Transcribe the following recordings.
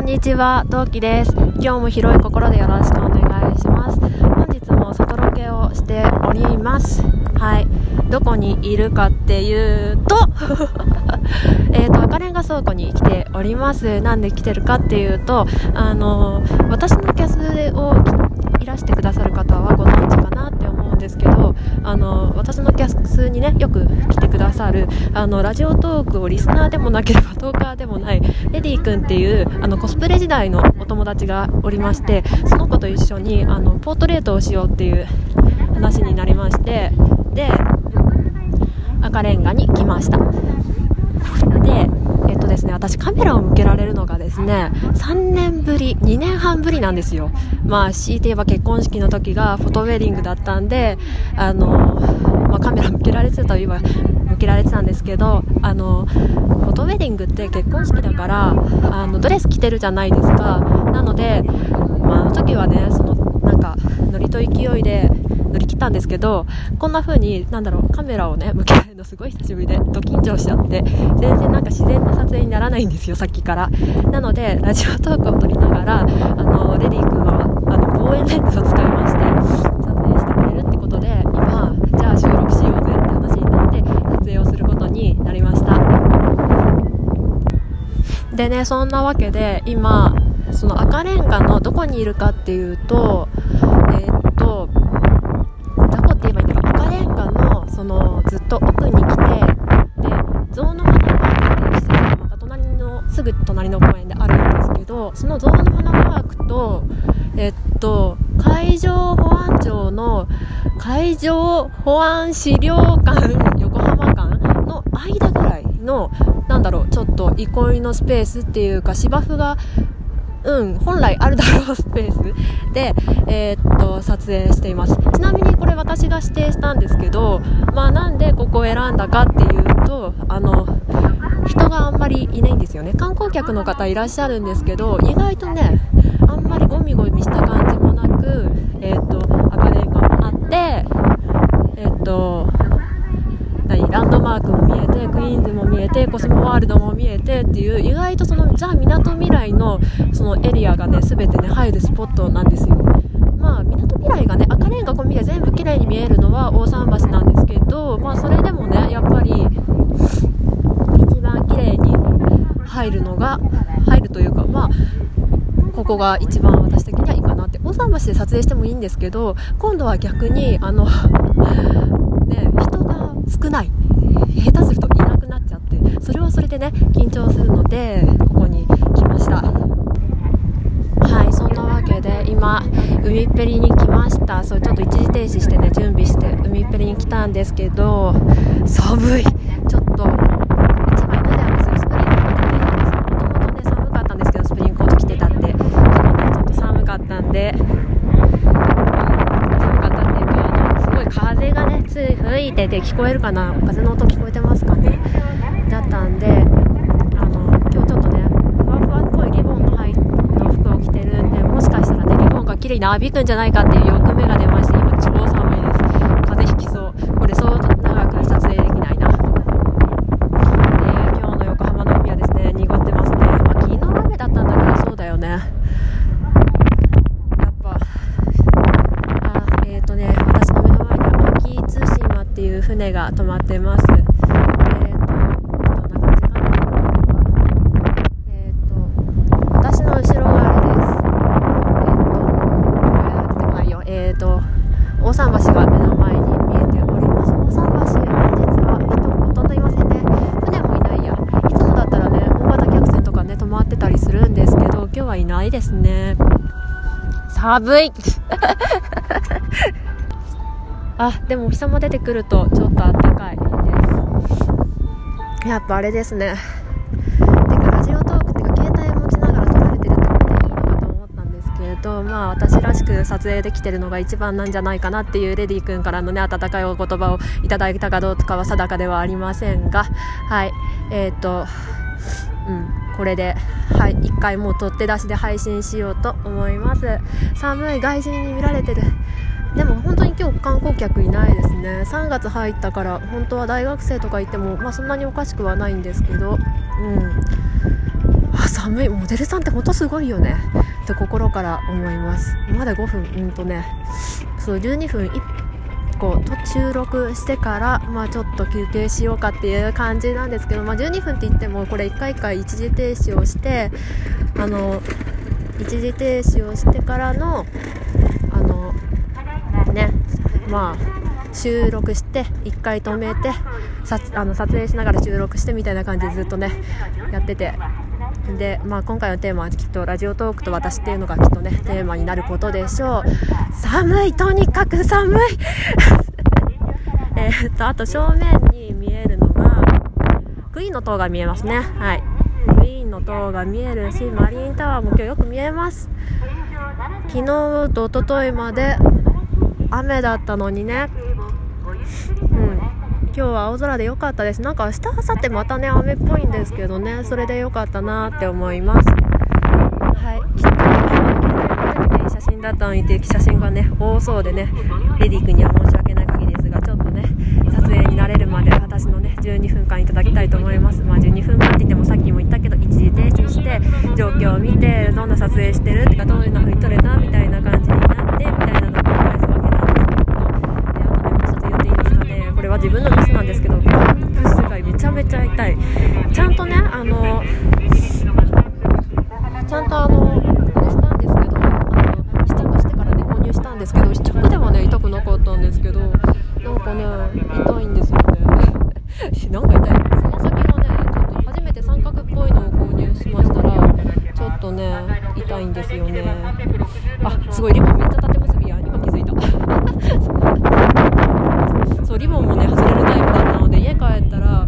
んにちは、トウキです。今日も広い心でよろしくお願いします。本日も外ロケをしております。はい、どこにいるかっていうと赤レンガ倉庫に来ております。なんで来てるかっていうと、私のキャスをいらしてくださる方はご存知かなって思うんですけど、私のキャスにねよく来てくださるラジオトークをリスナーでもなければトーカーでもないレディ君っていうコスプレ時代のお友達がおりまして、その子と一緒にポートレートをしようっていう話になりまして、で赤レンガに来ました。でですね、私カメラを向けられるのがですね3年ぶり2年半ぶりなんですよ。強いて言えば結婚式の時がフォトウェディングだったんでカメラ向けられてたといえば向けられてたんですけど、フォトウェディングって結婚式だからドレス着てるじゃないですか。なので、あの時はねノリと勢いで乗り切ったんですけど、こんな風にカメラをね向けられるのすごい久しぶりでド緊張しちゃって、全然自然な撮影にならないんですよ、さっきから。なのでラジオトークを撮りながらレディ君は望遠レンズを使いまして撮影してくれるってことで、今じゃあ収録しようぜって話になって撮影をすることになりました。でね、そんなわけで今その赤レンガのどこにいるかっていうと、どこって言えばいいんだろう。赤レンガのずっと奥に来て、で象の花パークっていう施設がまたすぐ隣の公園であるんですけど、その象の花パークと海上保安庁の海上保安資料館横浜間の間ぐらいのちょっと憩いのスペースっていうか、芝生が本来あるだろうスペースで、撮影しています。ちなみにこれ私が指定したんですけど、なんでここを選んだかっていうと、人があんまりいないんですよね。観光客の方いらっしゃるんですけど、意外とねあんまりゴミゴミした感じもなく、赤レンガもあって、ランドマークも見えて、クイーンズも見えて、コスモワールドも見えてっていう、意外とザ・みなとみらいのそのエリアがね全てね入るスポットなんですよ。みなとみらいがね赤レンガ込みで全部綺麗に見えるのは大桟橋なんですけど、それでもねやっぱり一番綺麗に入るというか、ここが一番私的にはいいかなって。大桟橋で撮影してもいいんですけど、今度は逆に人が少ない、下手するといなくなっちゃって、それはそれでね緊張するのでここに来ました。はい、そんなわけで今海っぺりに来ました。ちょっと一時停止してね準備して海っぺりに来たんですけど、寒い。ちょっと一枚脱いであるんですよ。スプリングコート着てたんですよ。もともとね寒かったんですけど、スプリングコート着てたって今ねちょっと寒かったんで、すごい風がねつい吹いてて、聞こえるかな、風の音聞こえてますかね。だったんで今日ちょっとねふわふわっぽいリボンの入った服を着てるんで、もしかしたらねリボンが綺麗になびくんじゃないかっていう欲目が出まして、今超寒いです。風邪ひきそう。これそう長く撮影できないな。今日の横浜の海はですね濁ってますね。昨日雨だったんだけど、そうだよね、やっぱ私の目の前には秋津島っていう船が止まってます。どんな感じかな。私の後ろがあれです。出てこないよ。大桟橋が目の前に見えております。大桟橋、本日は人ほとんどいませんね。船もいないや。いつもだったらね大型客船とかね止まってたりするんですけど、今日はいないですね。寒いでもお日様出てくるとちょっと暖かいです。やっぱあれですね。てかラジオトークってか携帯持ちながら撮られてるってこれでいいのかと思ったんですけれど、私らしく撮影できてるのが一番なんじゃないかなっていうレディ君からのね温かいお言葉をいただいたかどうかは定かではありませんが、はい、これで1回もう取って出しで配信しようと思います。寒い、外人に見られてる。でも本当に今日観光客いないですね。3月入ったから本当は大学生とかいても、そんなにおかしくはないんですけど、寒寒い。モデルさんって本当すごいよねって心から思います。まだ5分そう12分1個収録してから、ちょっと休憩しようかっていう感じなんですけど、12分って言ってもこれ1回1回一時停止をして一時停止をしてからの収録して1回止めて撮影しながら収録してみたいな感じでずっとねやってて、で、今回のテーマはきっとラジオトークと私っていうのがきっとねテーマになることでしょう。寒い、とにかく寒いあと正面に見えるのがクイーンの塔が見えますね。はい、クイーンの塔が見えるし、マリンタワーも今日よく見えます。昨日と一昨日まで雨だったのにね、今日は青空で良かったです。なんか明日明後日またね雨っぽいんですけどね、それで良かったなって思います。はい、きっとね写真だったのに写真がね多そうでね、レディ君には申し訳ない限りですが、ちょっとね撮影に慣れるまで私のね12分間いただきたいと思います。12分間って言ってもさっきも言ったけど一時停止して状況を見て、どんな撮影してるってかどんな風に撮れたみたいな感じになってみたいなのを繰り返すわけなんですけど、であとねもう一つ言っていいですかね、これは自分のミスなんですけど、パンプスがめちゃめちゃ痛い。ちゃんとねちゃんとあれしたんですけど、試着してからね購入したんですけど、試着ではね痛くなかったんですけど、なんかね痛いんですよねなんか痛い。その先がねちょっと初めて三角っぽいのを購入しましたらちょっとね痛いんですよね。すごいリボンめっちゃ縦結びや、今気づいたそう、リボンもね外れるタイプだったので、家帰ったら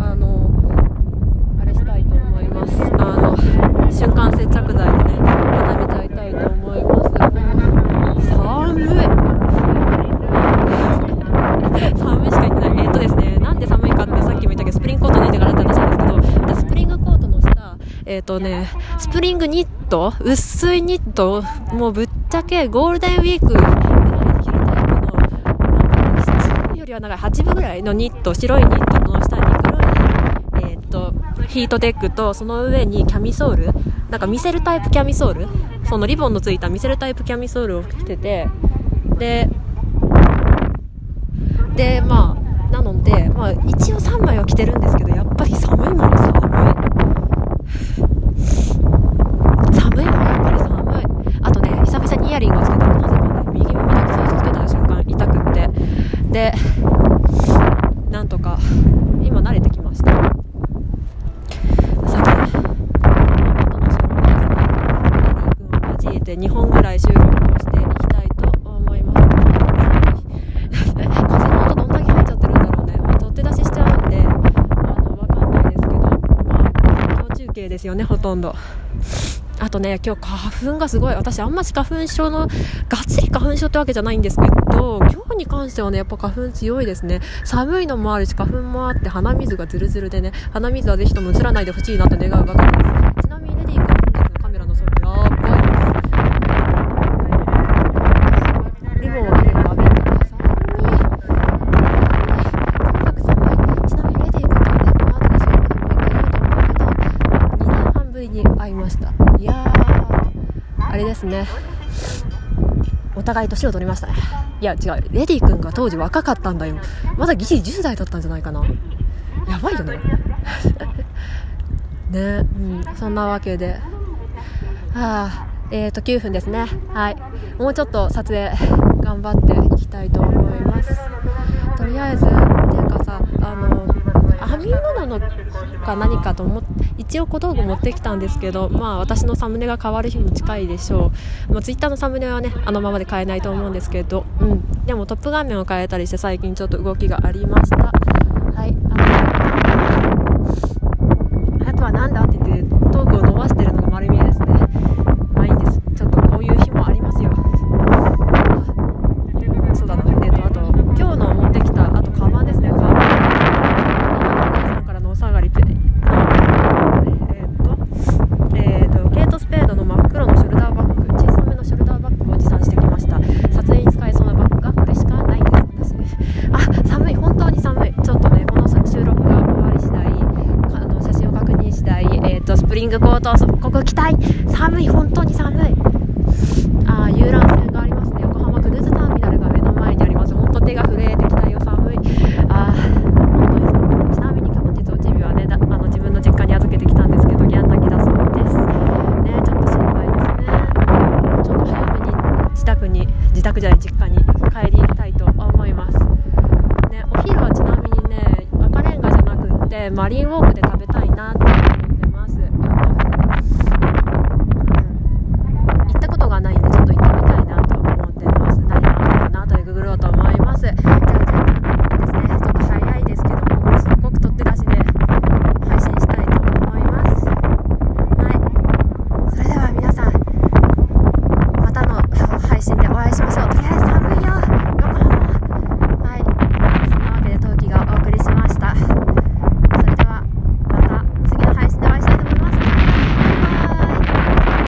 あれしたいと思います。瞬間接着剤でね固めちゃいたいと思います。寒いしか言ってない。ですね、なんで寒いかってさっきも言ったけどスプリングコート脱いでからって話なんですけど、スプリングコートの下スプリングニット、薄いニット、もうぶっちゃけゴールデンウィークぐらいに着るタイプの7分よりは長い8分ぐらいのニット、白いニットの下に黒いヒートテックと、その上にキャミソール、なんか見せるタイプキャミソール、そのリボンのついた見せるタイプキャミソールを着てて、でなので、一応3枚は着てるんですけど、やっぱり寒いもの寒いもんやっぱり寒い。あとね久々にイヤリングをつけたら、なぜかね右耳だけ最初つけた瞬間痛くって、でなんとか今慣れてきました。さて後の収録ですが、レディ君を交えて2本ぐらい収録をしていきたいと思います。風の音どんだけ入っちゃってるんだろうね。取って出ししちゃうんでわかんないですけど、今日中継ですよねほとんど。あとね今日花粉がすごい。私あんまし花粉症のがっつり花粉症ってわけじゃないんですけど、今日に関してはねやっぱ花粉強いですね。寒いのもあるし花粉もあって、鼻水がズルズルでね、鼻水はぜひとも映らないでほしいなと願うばかりです。ちなみにレディー君本日のカメラの装備やばいです。リボンをね浴びて会いました。いやーあれですね、お互い年を取りましたね。いや違う、レディ君が当時若かったんだよ。まだギリ10代だったんじゃないかな。やばいよねね、そんなわけで9分ですね。はい、もうちょっと撮影頑張っていきたいと思います。とりあえずっていうかさ、編み物のか何かと思って一応小道具持ってきたんですけど、私のサムネが変わる日も近いでしょう。ツイッターのサムネはねあのままで変えないと思うんですけど、でもトップ画面を変えたりして最近ちょっと動きがありました。はい、あとはなんだって言ってトークを伸ばしてるのが丸見えですね。いいんです。ちょっとこういう日もありますよ。そうだな、あと今日の持ってきたカバンですね。カバンからのお下がりケイトスペードの真っ黒のショルダーバッグ、小さめのショルダーバッグを持参してきました。撮影に使えそうなバッグがこれしかないんです私。寒い、本当に寒い。ちょっとねこの収録が終わり次第写真を確認次第スプリンニングコート、ここ着たい。寒い、本当に寒い。遊覧船がありますね。横浜クルーズターミナルが目の前にあります。本当手が震えてきたよ、寒い。本当に寒い。ちなみに本日おちびはね、自分の実家に預けてきたんですけど、ギャン泣きだそうですね。ちょっと心配ですね。ちょっと早めに実家に帰りたいと思いますね。お昼はちなみにね、赤レンガじゃなくってマリンウォークで